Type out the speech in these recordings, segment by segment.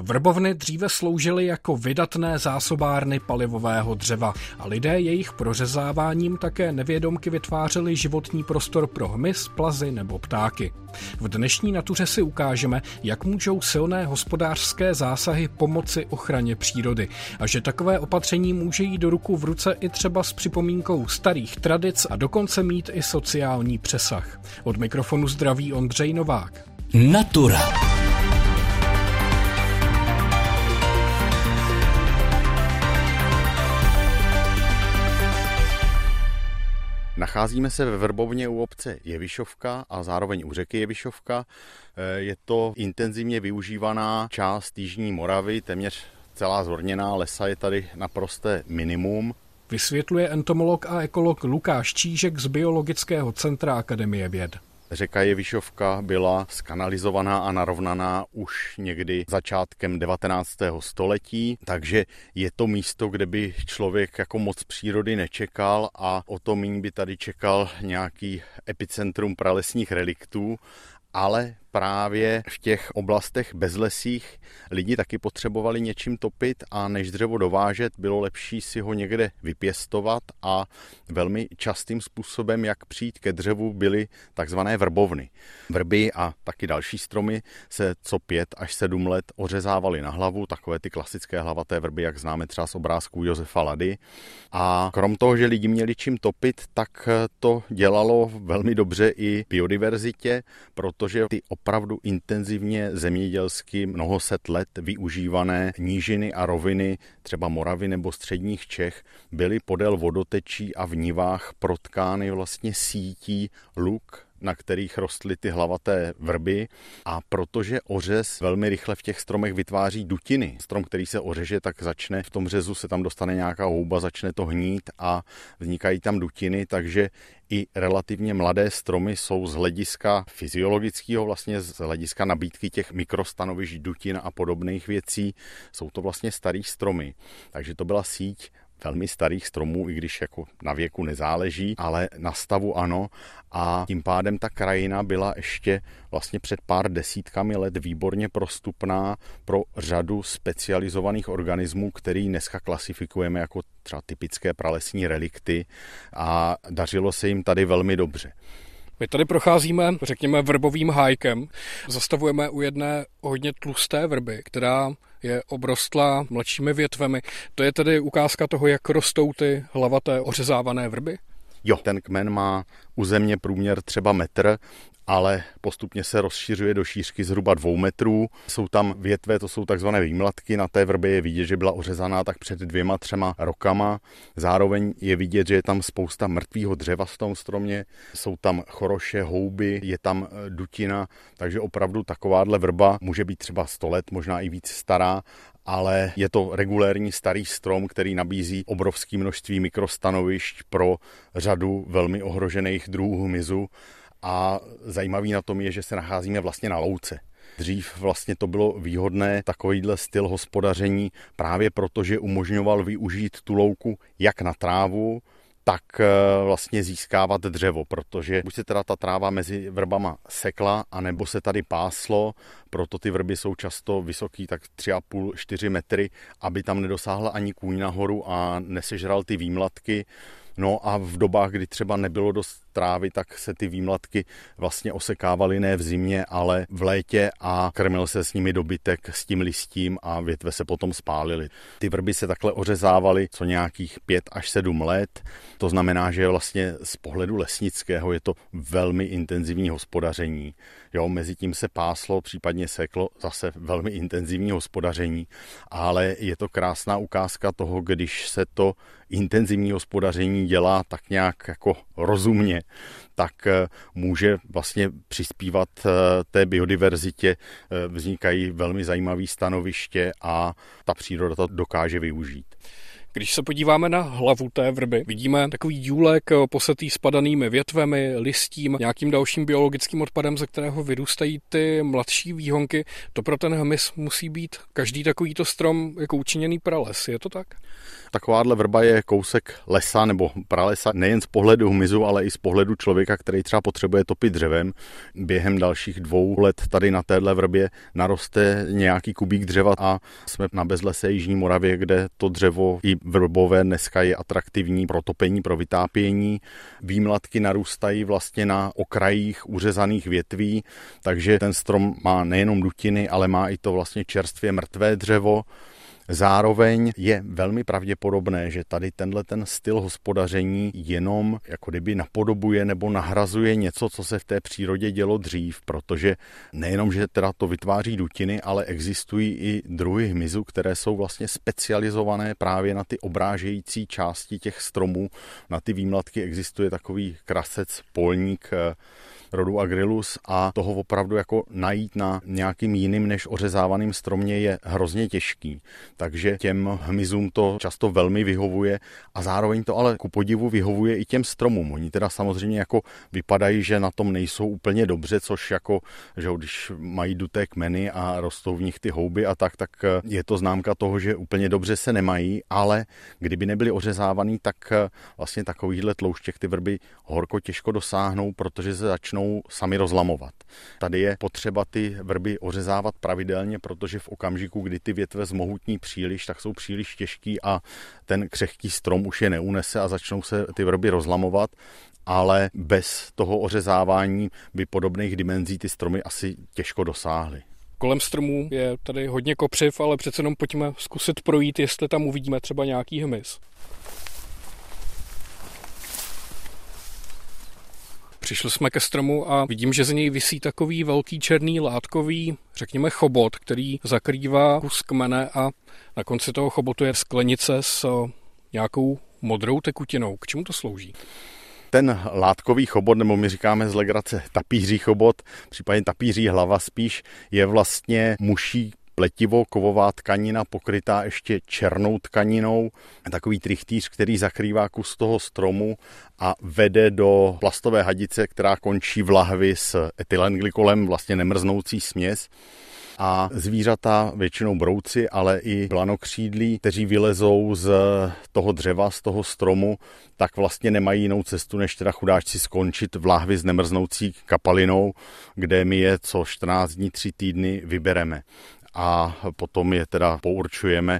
Vrbovny dříve sloužily jako vydatné zásobárny palivového dřeva a lidé jejich prořezáváním také nevědomky vytvářeli životní prostor pro hmyz, plazy nebo ptáky. V dnešní natuře si ukážeme, jak můžou silné hospodářské zásahy pomoci ochraně přírody a že takové opatření může jít do ruku v ruce i třeba s připomínkou starých tradic a dokonce mít i sociální přesah. Od mikrofonu zdraví Ondřej Novák. Natura. Nacházíme se ve Vrbovně u obce Jevišovka a zároveň u řeky Jevišovka. Je to intenzivně využívaná část jižní Moravy, téměř celá zorněná, lesa je tady naprosté minimum. Vysvětluje entomolog a ekolog Lukáš Čížek z Biologického centra Akademie věd. Řeka Jevišovka byla zkanalizovaná a narovnaná už někdy začátkem 19. století, takže je to místo, kde by člověk jako moc přírody nečekal a o to míň by tady čekal nějaký epicentrum pralesních reliktů, ale právě v těch oblastech bezlesích lidi taky potřebovali něčím topit a než dřevo dovážet, bylo lepší si ho někde vypěstovat a velmi častým způsobem, jak přijít ke dřevu, byly takzvané vrbovny. Vrby a taky další stromy se co 5 až 7 let ořezávaly na hlavu, takové ty klasické hlavaté vrby, jak známe třeba z obrázků Josefa Lady. A krom toho, že lidi měli čím topit, tak to dělalo velmi dobře i biodiverzitě, protože ty opravdu intenzivně zemědělsky mnoho set let využívané nížiny a roviny, třeba Moravy nebo středních Čech, byly podél vodotečí a v nivách protkány vlastně sítí luk, na kterých rostly ty hlavaté vrby, a protože ořez velmi rychle v těch stromech vytváří dutiny. Strom, který se ořeže, tak začne v tom řezu, se tam dostane nějaká houba, začne to hnít a vznikají tam dutiny, takže i relativně mladé stromy jsou z hlediska fyziologického, vlastně z hlediska nabídky těch mikrostanovišť, dutin a podobných věcí, jsou to vlastně starý stromy. Takže to byla síť velmi starých stromů, i když jako na věku nezáleží, ale na stavu ano, a tím pádem ta krajina byla ještě vlastně před pár desítkami let výborně prostupná pro řadu specializovaných organismů, který dneska klasifikujeme jako třeba typické pralesní relikty, a dařilo se jim tady velmi dobře. My tady procházíme, řekněme, vrbovým hájkem. Zastavujeme u jedné hodně tlusté vrby, která je obrostlá mladšími větvemi. To je tedy ukázka toho, jak rostou ty hlavaté ořezávané vrby? Jo, ten kmen má u země průměr třeba metr, ale postupně se rozšiřuje do šířky zhruba 2 metrů. Jsou tam větve, to jsou takzvané výmlatky, na té vrbě je vidět, že byla ořezaná tak před 2-3 rokama. Zároveň je vidět, že je tam spousta mrtvého dřeva v tom stromě, jsou tam choroše, houby, je tam dutina, takže opravdu takováhle vrba může být třeba 100 let, možná i víc stará, ale je to regulérní starý strom, který nabízí obrovské množství mikrostanovišť pro řadu velmi ohrožených druhů hmyzu. A zajímavý na tom je, že se nacházíme vlastně na louce. Dřív vlastně to bylo výhodné, takovýhle styl hospodaření, právě proto, že umožňoval využít tu louku jak na trávu, tak vlastně získávat dřevo, protože buď se teda ta tráva mezi vrbama sekla, anebo se tady páslo, proto ty vrby jsou často vysoký tak 3,5-4 metry, aby tam nedosáhla ani kůň nahoru a nesežral ty výmlatky. No a v dobách, kdy třeba nebylo dost trávy, tak se ty výmlatky vlastně osekávaly ne v zimě, ale v létě a krmil se s nimi dobytek s tím listím a větve se potom spálily. Ty vrby se takhle ořezávaly co nějakých 5 až 7 let. To znamená, že vlastně z pohledu lesnického je to velmi intenzivní hospodaření. Jo, mezi tím se páslo, případně seklo, zase velmi intenzivní hospodaření, ale je to krásná ukázka toho, když se to intenzivní hospodaření dělá tak nějak jako rozumně, tak může vlastně přispívat té biodiverzitě, vznikají velmi zajímavé stanoviště a ta příroda to dokáže využít. Když se podíváme na hlavu té vrby, vidíme takový důlek posetý spadanými větvemi, listím, nějakým dalším biologickým odpadem, ze kterého vyrůstají ty mladší výhonky. To pro ten hmyz musí být každý takovýto strom jako učiněný prales. Je to tak? Takováhle vrba je kousek lesa nebo pralesa nejen z pohledu hmyzu, ale i z pohledu člověka, který třeba potřebuje topit dřevem. Během dalších 2 let tady na téhle vrbě naroste nějaký kubík dřeva a jsme na bezlesé Jižní Moravě, kde to dřevo i vrbové dneska je atraktivní pro topení, pro vytápění. Výmladky narůstají vlastně na okrajích uřezaných větví, takže ten strom má nejenom dutiny, ale má i to vlastně čerstvě mrtvé dřevo. Zároveň je velmi pravděpodobné, že tady ten styl hospodaření jenom jako kdyby napodobuje nebo nahrazuje něco, co se v té přírodě dělo dřív, protože nejenom, že teda to vytváří dutiny, ale existují i druhy hmyzu, které jsou vlastně specializované právě na ty obrážející části těch stromů. Na ty výmladky existuje takový krasec, polník rodu Agrilus a toho opravdu jako najít na nějakým jiným než ořezávaným stromě je hrozně těžký. Takže těm hmyzům to často velmi vyhovuje a zároveň to ale ku podivu vyhovuje i těm stromům. Oni teda samozřejmě jako vypadají, že na tom nejsou úplně dobře, což jako, že když mají duté kmeny a rostou v nich ty houby a tak je to známka toho, že úplně dobře se nemají, ale kdyby nebyly ořezávaný, tak vlastně takovýhle tlouštěk ty vrby horko těžko dosáhnou, protože se začnou sami rozlamovat. Tady je potřeba ty vrby ořezávat pravidelně, protože v okamžiku, kdy ty větve zmohutní příliš, tak jsou příliš těžký a ten křehký strom už je neunese a začnou se ty vrby rozlamovat, ale bez toho ořezávání by podobných dimenzí ty stromy asi těžko dosáhly. Kolem stromů je tady hodně kopřiv, ale přece jenom pojďme zkusit projít, jestli tam uvidíme třeba nějaký hmyz. Přišli jsme ke stromu a vidím, že z něj visí takový velký černý látkový, řekněme, chobot, který zakrývá kus kmene a na konci toho chobotu je sklenice s nějakou modrou tekutinou. K čemu to slouží? Ten látkový chobot, nebo my říkáme z legrace tapíří chobot, případně tapíří hlava spíš, je vlastně muší pletivo, kovová tkanina pokrytá ještě černou tkaninou, takový trichtýř, který zakrývá kus toho stromu a vede do plastové hadice, která končí v lahvi s etylenglykolem, vlastně nemrznoucí směs. A zvířata, většinou brouci, ale i blanokřídlí, kteří vylezou z toho dřeva, z toho stromu, tak vlastně nemají jinou cestu, než teda chudáčci skončit v lahvi s nemrznoucí kapalinou, kde my je co 14 dní, 3 týdny vybereme. A potom je teda pourčujeme.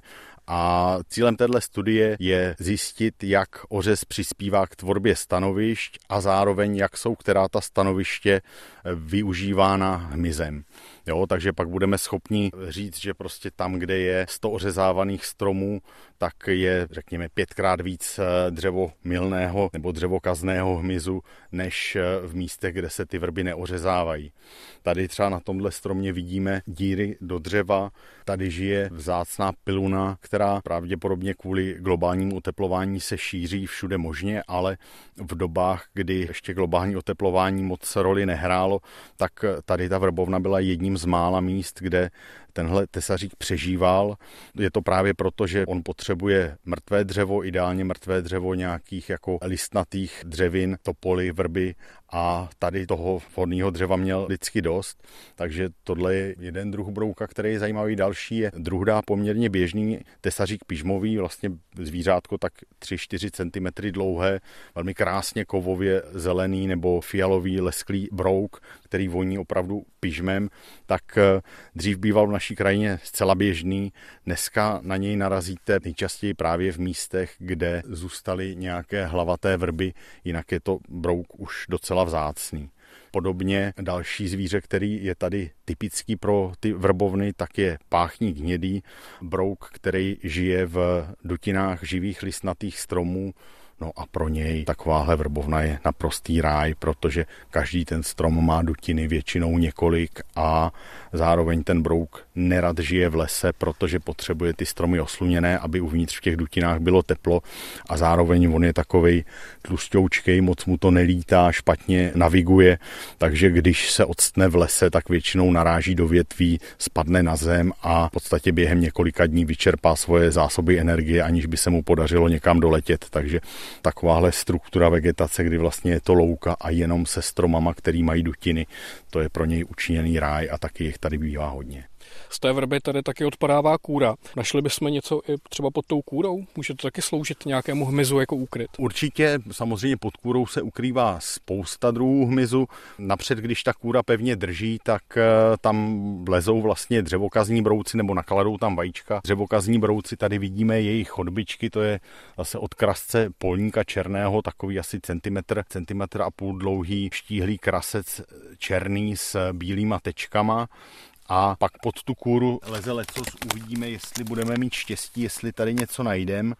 A cílem téhle studie je zjistit, jak ořez přispívá k tvorbě stanovišť a zároveň, jak jsou která ta stanoviště využívána hmyzem. Jo, takže pak budeme schopni říct, že prostě tam, kde je 100 ořezávaných stromů, tak je, řekněme, 5krát víc dřevomilného nebo dřevokazného hmyzu, než v místech, kde se ty vrby neořezávají. Tady třeba na tomhle stromě vidíme díry do dřeva, tady žije vzácná piluna, která pravděpodobně kvůli globálnímu oteplování se šíří všude možně, ale v dobách, kdy ještě globální oteplování moc roli nehrálo, tak tady ta vrbovna byla jedním z mála míst, kde tenhle tesařík přežíval. Je to právě proto, že on potřebuje mrtvé dřevo, ideálně mrtvé dřevo nějakých jako listnatých dřevin, topoly, vrby a tady toho vhodného dřeva měl vždycky dost. Takže tohle je jeden druh brouka, který je zajímavý. Další je druhá poměrně běžný tesařík pyžmový, vlastně zvířátko tak 3-4 cm dlouhé, velmi krásně kovově zelený nebo fialový lesklý brouk, který voní opravdu pyžmem, tak dřív býval v naší krajině zcela běžný. Dneska na něj narazíte nejčastěji právě v místech, kde zůstaly nějaké hlavaté vrby, jinak je to brouk už docela vzácný. Podobně další zvíře, který je tady typický pro ty vrbovny, tak je páchník hnědý, brouk, který žije v dutinách živých listnatých stromů. No a pro něj takováhle vrbovna je naprostý ráj, protože každý ten strom má dutiny, většinou několik a zároveň ten brouk nerad žije v lese, protože potřebuje ty stromy osluněné, aby uvnitř v těch dutinách bylo teplo a zároveň on je takovej tlusťoučkej, moc mu to nelítá, špatně naviguje, takže když se odstne v lese, tak většinou naráží do větví, spadne na zem a v podstatě během několika dní vyčerpá svoje zásoby energie, aniž by se mu podařilo někam doletět. Takže takováhle struktura vegetace, kdy vlastně je to louka a jenom se stromama, který mají dutiny, to je pro něj učiněný ráj a taky jich tady bývá hodně. Z té vrby tady taky odpadává kůra. Našli bychom něco i třeba pod tou kůrou? Může to taky sloužit nějakému hmyzu jako úkryt? Určitě, samozřejmě pod kůrou se ukrývá spousta druhů hmyzu. Napřed, když ta kůra pevně drží, tak tam vlezou vlastně dřevokazní brouci nebo nakladou tam vajíčka. Dřevokazní brouci, tady vidíme jejich chodbičky, to je zase od krasce polníka černého, takový asi centimetr a půl dlouhý štíhlý krasec černý s bílýma tečkama. A pak pod tu kůru leze lecos, uvidíme, jestli budeme mít štěstí, jestli tady něco najdeme.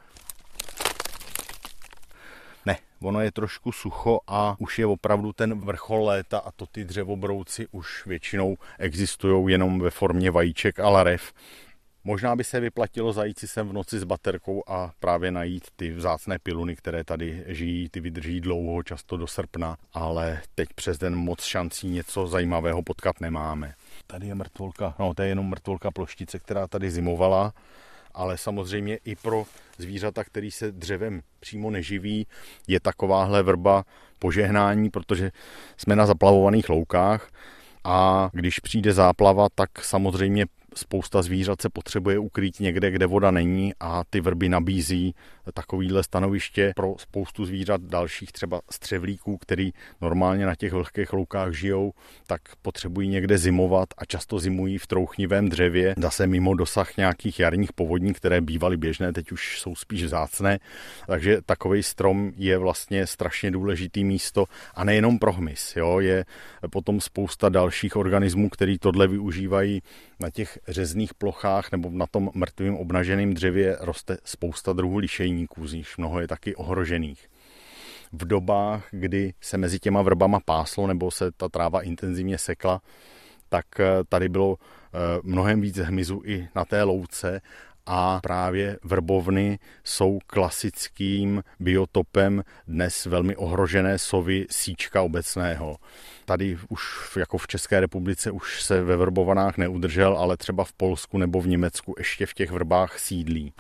Ne, ono je trošku sucho a už je opravdu ten vrchol léta a to ty dřevobrouci už většinou existují jenom ve formě vajíček a larev. Možná by se vyplatilo zajít si sem v noci s baterkou a právě najít ty vzácné piluny, které tady žijí, ty vydrží dlouho, často do srpna, ale teď přes den moc šancí něco zajímavého potkat nemáme. Tady je mrtvolka, to je jenom mrtvolka ploštice, která tady zimovala, ale samozřejmě i pro zvířata, který se dřevem přímo neživí, je takováhle vrba požehnání, protože jsme na zaplavovaných loukách a když přijde záplava, tak samozřejmě spousta zvířat se potřebuje ukrýt někde, kde voda není a ty vrby nabízí takovýhle stanoviště pro spoustu zvířat dalších, třeba střevlíků, který normálně na těch vlhkých loukách žijou, tak potřebují někde zimovat a často zimují v trouchnivém dřevě, zase mimo dosah nějakých jarních povodní, které bývaly běžné, teď už jsou spíš vzácné, takže takovej strom je vlastně strašně důležitý místo a nejenom pro hmyz, je potom spousta dalších organismů, který tohle využívají. Na těch řezných plochách nebo na tom mrtvým obnaženém dřevě roste spousta druhů lišejníků, z nichž mnoho je taky ohrožených. V dobách, kdy se mezi těma vrbama páslo nebo se ta tráva intenzivně sekla, tak tady bylo mnohem víc hmyzu i na té louce a právě vrbovny jsou klasickým biotopem dnes velmi ohrožené sovy síčka obecného. Tady už jako v České republice už se ve vrbovanách neudržel, ale třeba v Polsku nebo v Německu ještě v těch vrbách sídlí.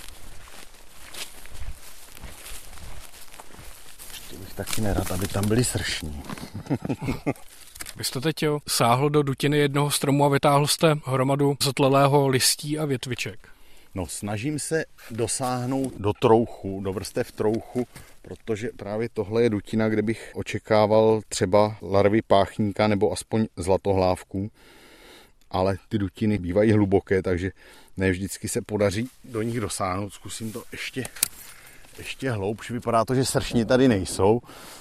Ještě bych taky nerad, aby tam byli sršní. Vy jste teď sáhl do dutiny jednoho stromu a vytáhl jste hromadu zotlelého listí a větviček. Snažím se dosáhnout do vrstev trouchu, protože právě tohle je dutina, kde bych očekával třeba larvy páchníka nebo aspoň zlatohlávku, ale ty dutiny bývají hluboké, takže ne vždycky se podaří do nich dosáhnout. Zkusím to ještě hloubš, vypadá to, že sršni tady nejsou.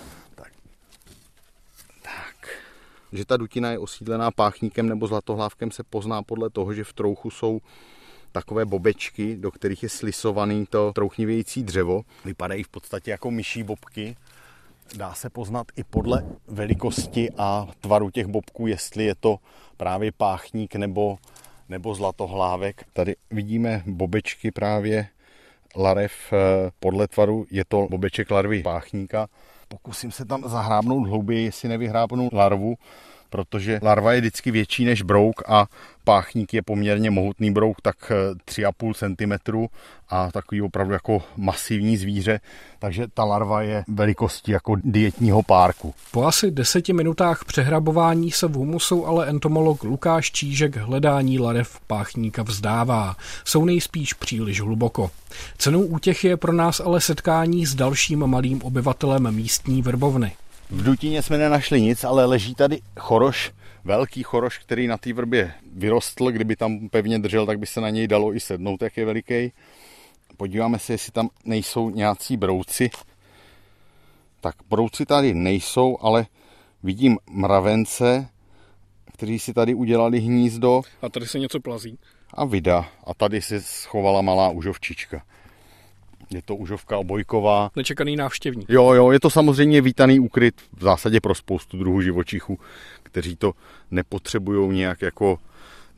Tak. Že ta dutina je osídlená páchníkem nebo zlatohlávkem se pozná podle toho, že v trouchu jsou takové bobečky, do kterých je slisovaný to trouchnivějící dřevo. Vypadají v podstatě jako myší bobky. Dá se poznat i podle velikosti a tvaru těch bobků, jestli je to právě páchník nebo zlatohlávek. Tady vidíme bobečky právě larev. Podle tvaru je to bobeček larvy páchníka. Pokusím se tam zahrábnout hlouběji, jestli nevyhrábnu larvu, protože larva je vždycky větší než brouk a páchník je poměrně mohutný brouk, tak 3,5 cm a takový opravdu jako masivní zvíře, takže ta larva je velikosti jako dietního párku. Po asi 10 minutách přehrabování se v humusu ale entomolog Lukáš Čížek hledání larev páchníka vzdává. Jsou nejspíš příliš hluboko. Cenou útěchy je pro nás ale setkání s dalším malým obyvatelem místní vrbovny. V dutině jsme nenašli nic, ale leží tady choroš, velký choroš, který na té vrbě vyrostl. Kdyby tam pevně držel, tak by se na něj dalo i sednout, jak je veliký. Podíváme se, jestli tam nejsou nějací brouci. Tak brouci tady nejsou, ale vidím mravence, kteří si tady udělali hnízdo. A tady se něco plazí. A vida. A tady se schovala malá užovčička. Je to užovka obojková. Nečekaný návštěvník. Jo, je to samozřejmě vítaný úkryt v zásadě pro spoustu druhů živočichů, kteří to nepotřebují nějak jako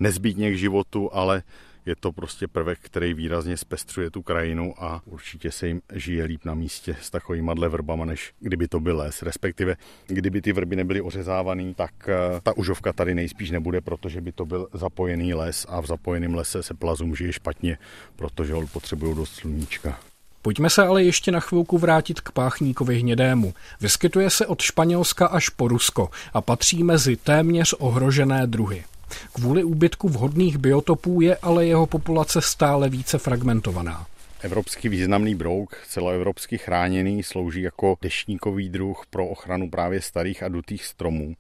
nezbytně k životu, ale je to prostě prvek, který výrazně zpestřuje tu krajinu a určitě se jim žije líp na místě s takovýma vrbama, než kdyby to byl les. Respektive, kdyby ty vrby nebyly ořezávaný, tak ta užovka tady nejspíš nebude, protože by to byl zapojený les a v zapojeném lese se plazům žije špatně, protože ho potřebují dost sluníčka. Pojďme se ale ještě na chvilku vrátit k páchníkovi hnědému. Vyskytuje se od Španělska až po Rusko a patří mezi téměř ohrožené druhy. Kvůli úbytku vhodných biotopů je ale jeho populace stále více fragmentovaná. Evropský významný brouk, celoevropsky chráněný, slouží jako deštníkový druh pro ochranu právě starých a dutých stromů.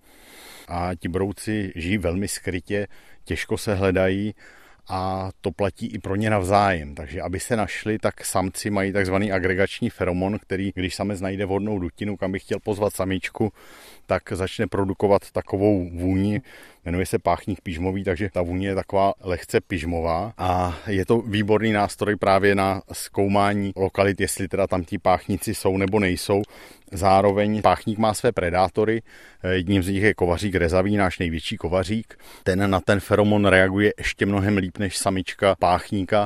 A ti brouci žijí velmi skrytě, těžko se hledají a to platí i pro ně navzájem. Takže aby se našli, tak samci mají takzvaný agregační feromon, který, když samec najde vhodnou dutinu, kam by chtěl pozvat samičku, tak začne produkovat takovou vůni. Jmenuje se páchník pyžmový, takže ta vůně je taková lehce pyžmová a je to výborný nástroj právě na zkoumání lokalit, jestli teda tam ti páchníci jsou nebo nejsou. Zároveň páchník má své predátory, jedním z nich je kovařík rezavý, náš největší kovařík. Ten na ten feromon reaguje ještě mnohem líp než samička páchníka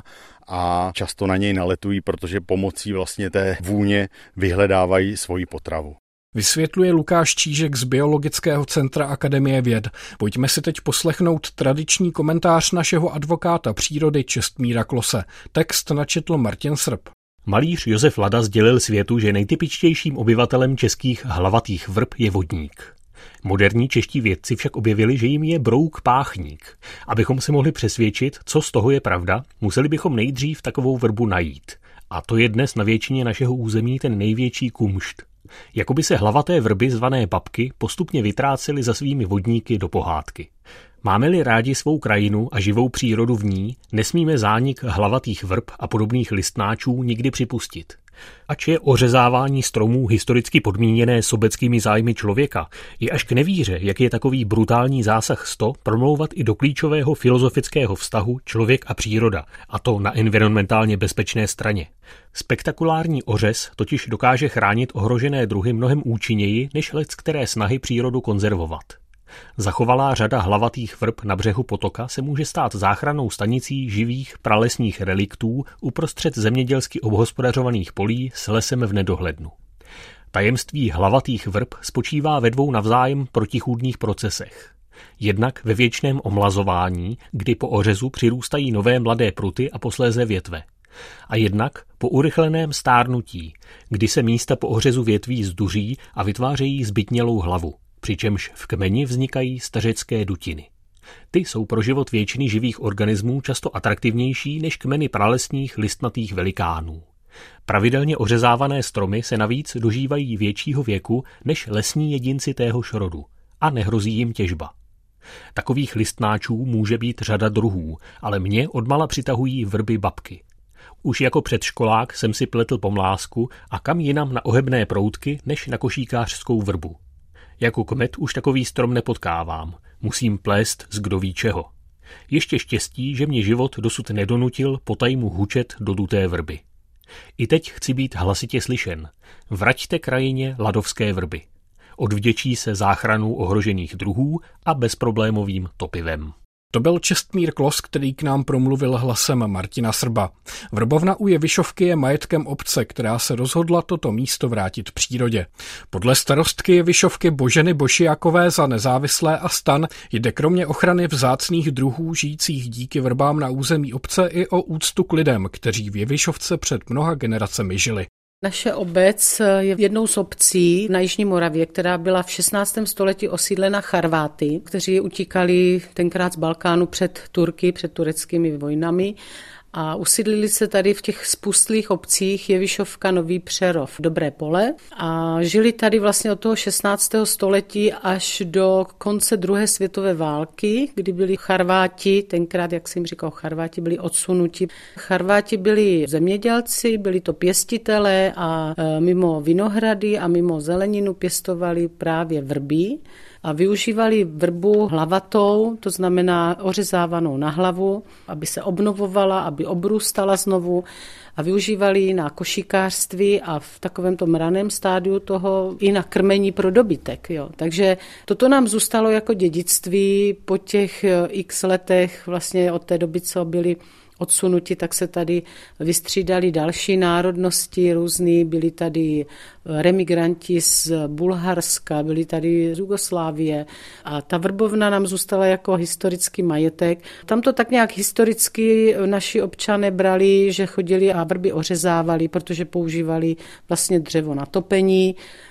a často na něj naletují, protože pomocí vlastně té vůně vyhledávají svoji potravu. Vysvětluje Lukáš Čížek z Biologického centra Akademie věd. Pojďme si teď poslechnout tradiční komentář našeho advokáta přírody Čestmíra Klose. Text načetl Martin Srb. Malíř Josef Lada sdělil světu, že nejtypičtějším obyvatelem českých hlavatých vrb je vodník. Moderní čeští vědci však objevili, že jim je brouk páchník. Abychom se mohli přesvědčit, co z toho je pravda, museli bychom nejdřív takovou vrbu najít. A to je dnes na většině našeho území ten největší kumšt. Jakoby se hlavaté vrby zvané babky postupně vytrácely za svými vodníky do pohádky. Máme-li rádi svou krajinu a živou přírodu v ní, nesmíme zánik hlavatých vrb a podobných listnáčů nikdy připustit. Ač je ořezávání stromů historicky podmíněné sobeckými zájmy člověka, je až k nevíře, jak je takový brutální zásah promlouvat i do klíčového filozofického vztahu člověk a příroda, a to na environmentálně bezpečné straně. Spektakulární ořez totiž dokáže chránit ohrožené druhy mnohem účinněji než leckteré snahy přírodu konzervovat. Zachovalá řada hlavatých vrb na břehu potoka se může stát záchrannou stanicí živých pralesních reliktů uprostřed zemědělsky obhospodařovaných polí s lesem v nedohlednu. Tajemství hlavatých vrb spočívá ve dvou navzájem protichůdných procesech. Jednak ve věčném omlazování, kdy po ořezu přirůstají nové mladé pruty a posléze větve. A jednak po urychleném stárnutí, kdy se místa po ořezu větví zduří a vytvářejí zbytnělou hlavu, přičemž v kmeni vznikají stařecké dutiny. Ty jsou pro život většiny živých organismů často atraktivnější než kmeny pralesních listnatých velikánů. Pravidelně ořezávané stromy se navíc dožívají většího věku než lesní jedinci téhož rodu a nehrozí jim těžba. Takových listnáčů může být řada druhů, ale mě odmala přitahují vrby babky. Už jako předškolák jsem si pletl pomlásku a kam jinam na ohebné proutky než na košíkářskou vrbu. Jako kmet už takový strom nepotkávám, musím plést z kdo ví čeho. Ještě štěstí, že mě život dosud nedonutil potajmu hučet do duté vrby. I teď chci být hlasitě slyšen. Vraťte krajině ladovské vrby. Odvděčí se záchranou ohrožených druhů a bezproblémovým topivem. To byl Čestmír Klos, který k nám promluvil hlasem Martina Srba. Vrbovna u Jevišovky je majetkem obce, která se rozhodla toto místo vrátit přírodě. Podle starostky Jevišovky Boženy Bošiakové za Nezávislé a STAN jde kromě ochrany vzácných druhů žijících díky vrbám na území obce i o úctu k lidem, kteří v Jevišovce před mnoha generacemi žili. Naše obec je jednou z obcí na Jižní Moravě, která byla v 16. století osídlena Charváty, kteří utíkali tenkrát z Balkánu před Turky, před tureckými vojnami a usídlili se tady v těch spustlých obcích Jevišovka, Nový Přerov, Dobré Pole a žili tady vlastně od toho 16. století až do konce druhé světové války, kdy byli Charváti, tenkrát, jak jsem říkal, Charváti byli odsunuti. Charváti byli zemědělci, byli to pěstitelé a mimo vinohrady a mimo zeleninu pěstovali právě vrby. a využívali vrbu hlavatou, to znamená ořezávanou na hlavu, aby se obnovovala, aby obrůstala znovu, a využívali ji na košíkářství a v takovémto raném stádiu toho i na krmení pro dobytek. Jo. Takže toto nám zůstalo jako dědictví po těch x letech, vlastně od té doby, co byli odsunuti, tak se tady vystřídali další národnosti různý, byli tady remigranti z Bulharska, byli tady z Jugoslávie a ta vrbovna nám zůstala jako historický majetek. Tam to tak nějak historicky naši občané brali, že chodili a vrby ořezávali, protože používali vlastně dřevo na topení.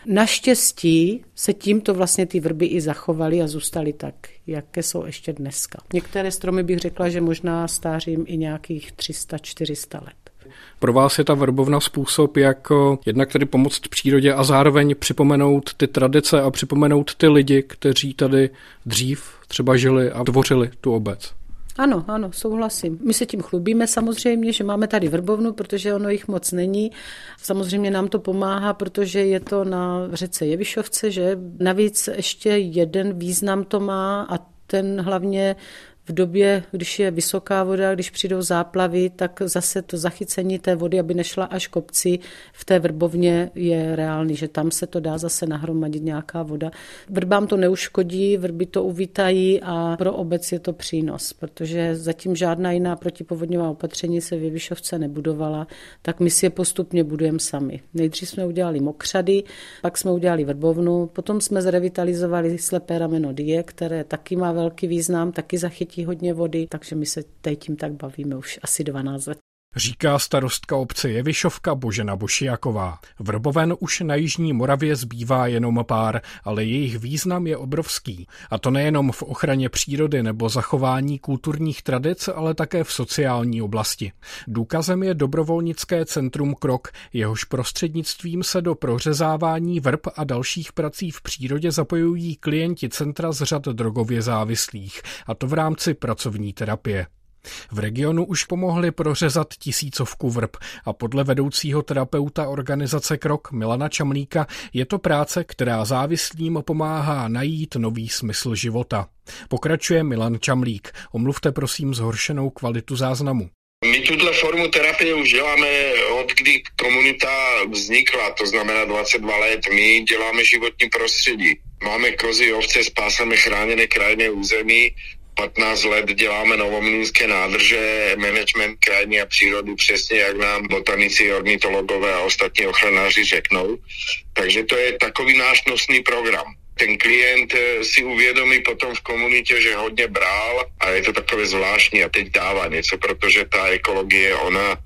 Naštěstí se tímto vlastně ty vrby i zachovaly a zůstaly tak, jaké jsou ještě dneska. Některé stromy bych řekla, že možná stářím i nějakých 300-400 let. Pro vás je ta vrbovna způsob, jak jednak tedy pomoct přírodě a zároveň připomenout ty tradice a připomenout ty lidi, kteří tady dřív třeba žili a tvořili tu obec? Ano, souhlasím. My se tím chlubíme samozřejmě, že máme tady vrbovnu, protože ono jich moc není. Samozřejmě nám to pomáhá, protože je to na řece Jevišovce, že navíc ještě jeden význam to má a ten hlavně v době, když je vysoká voda, když přijdou záplavy, tak zase to zachycení té vody, aby nešla až k obci, v té vrbovně je reálný, že tam se to dá zase nahromadit nějaká voda. Vrbám to neuškodí, vrby to uvítají a pro obec je to přínos, protože zatím žádná jiná protipovodňová opatření se v Jevišovce nebudovala, tak my si je postupně budujeme sami. Nejdřív jsme udělali mokřady, pak jsme udělali vrbovnu, potom jsme zrevitalizovali slepé rameno Die, které taky má velký význam, taky zachytí hodně vody, takže my se tady tím tak bavíme už asi 12 let. Říká starostka obce Jevišovka Božena Bošiaková. Vrboven už na jižní Moravě zbývá jenom pár, ale jejich význam je obrovský. A to nejenom v ochraně přírody nebo zachování kulturních tradic, ale také v sociální oblasti. Důkazem je dobrovolnické centrum Krok, jehož prostřednictvím se do prořezávání vrb a dalších prací v přírodě zapojují klienti centra z řad drogově závislých, a to v rámci pracovní terapie. V regionu už pomohli prořezat 1000 vrb a podle vedoucího terapeuta organizace Krok Milana Čamlíka je to práce, která závislým pomáhá najít nový smysl života. Pokračuje Milan Čamlík. Omluvte prosím zhoršenou kvalitu záznamu. My tuto formu terapie už děláme od kdy komunita vznikla, to znamená 22 let. My děláme životní prostředí. Máme kozy, ovce, spásame chráněné krajinné území. 15 let děláme novomlýnské nádrže, management krajiny a přírody, přesně jak nám botanici, ornitologové a ostatní ochranáři řeknou. Takže to je takový náš nosný program. Ten klient si uvědomí potom v komunitě, že hodně bral a je to takové zvláštní a teď dává něco, protože ta ekologie, ona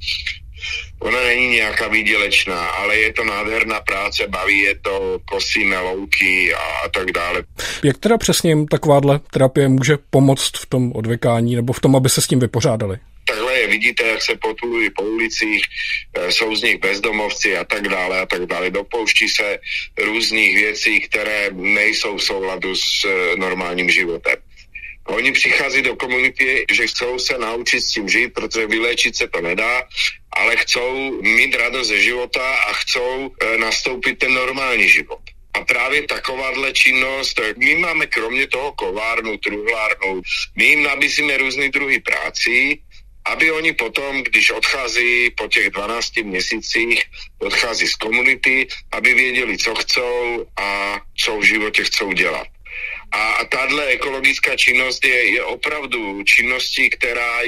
není nějaká výdělečná, ale je to nádherná práce, baví je to, kosíme louky a tak dále. Jak teda přesně jim takováhle terapie může pomoct v tom odvykání nebo v tom, aby se s tím vypořádali? Takhle je vidíte, jak se potulují po ulicích, jsou z nich bezdomovci a tak dále. Dopouští se různých věcí, které nejsou v souladu s normálním životem. Oni přichází do komunity, že chcou se naučit s tím žít, protože vyléčit se to nedá, ale chcou mít radost ze života a chcou nastoupit ten normální život. A právě takováhle činnost, my máme kromě toho kovárnu, truhlárnu, my jim nabízíme různé druhy práci, aby oni potom, když odchází po těch 12 měsících, odchází z komunity, aby věděli, co chcou a co v životě chcou dělat. A tahle ekologická činnost je opravdu činností, která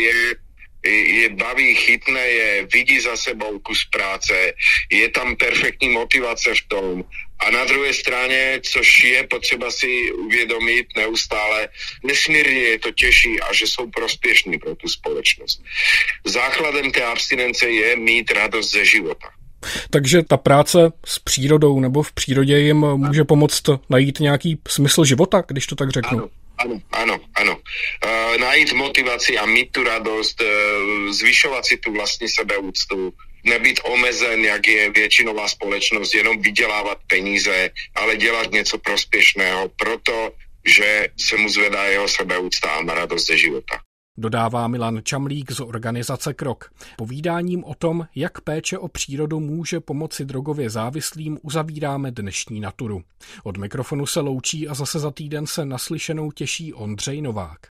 je baví, chytne je, vidí za sebou kus práce, je tam perfektní motivace v tom. A na druhé straně, což je potřeba si uvědomit neustále, nesmírně je to těžší a že jsou prospěšní pro tu společnost. Základem té abstinence je mít radost ze života. Takže ta práce s přírodou nebo v přírodě jim může pomoct najít nějaký smysl života, když to tak řeknu. Ano. Najít motivaci a mít tu radost, zvyšovat si tu vlastní sebeúctu, nebýt omezen, jak je většinová společnost, jenom vydělávat peníze, ale dělat něco prospěšného, protože se mu zvedá jeho sebeúcta a má radost ze života. Dodává Milan Čamlík z organizace Krok. Povídáním o tom, jak péče o přírodu může pomoci drogově závislým, uzavíráme dnešní Naturu. Od mikrofonu se loučí a zase za týden se naslyšenou těší Ondřej Novák.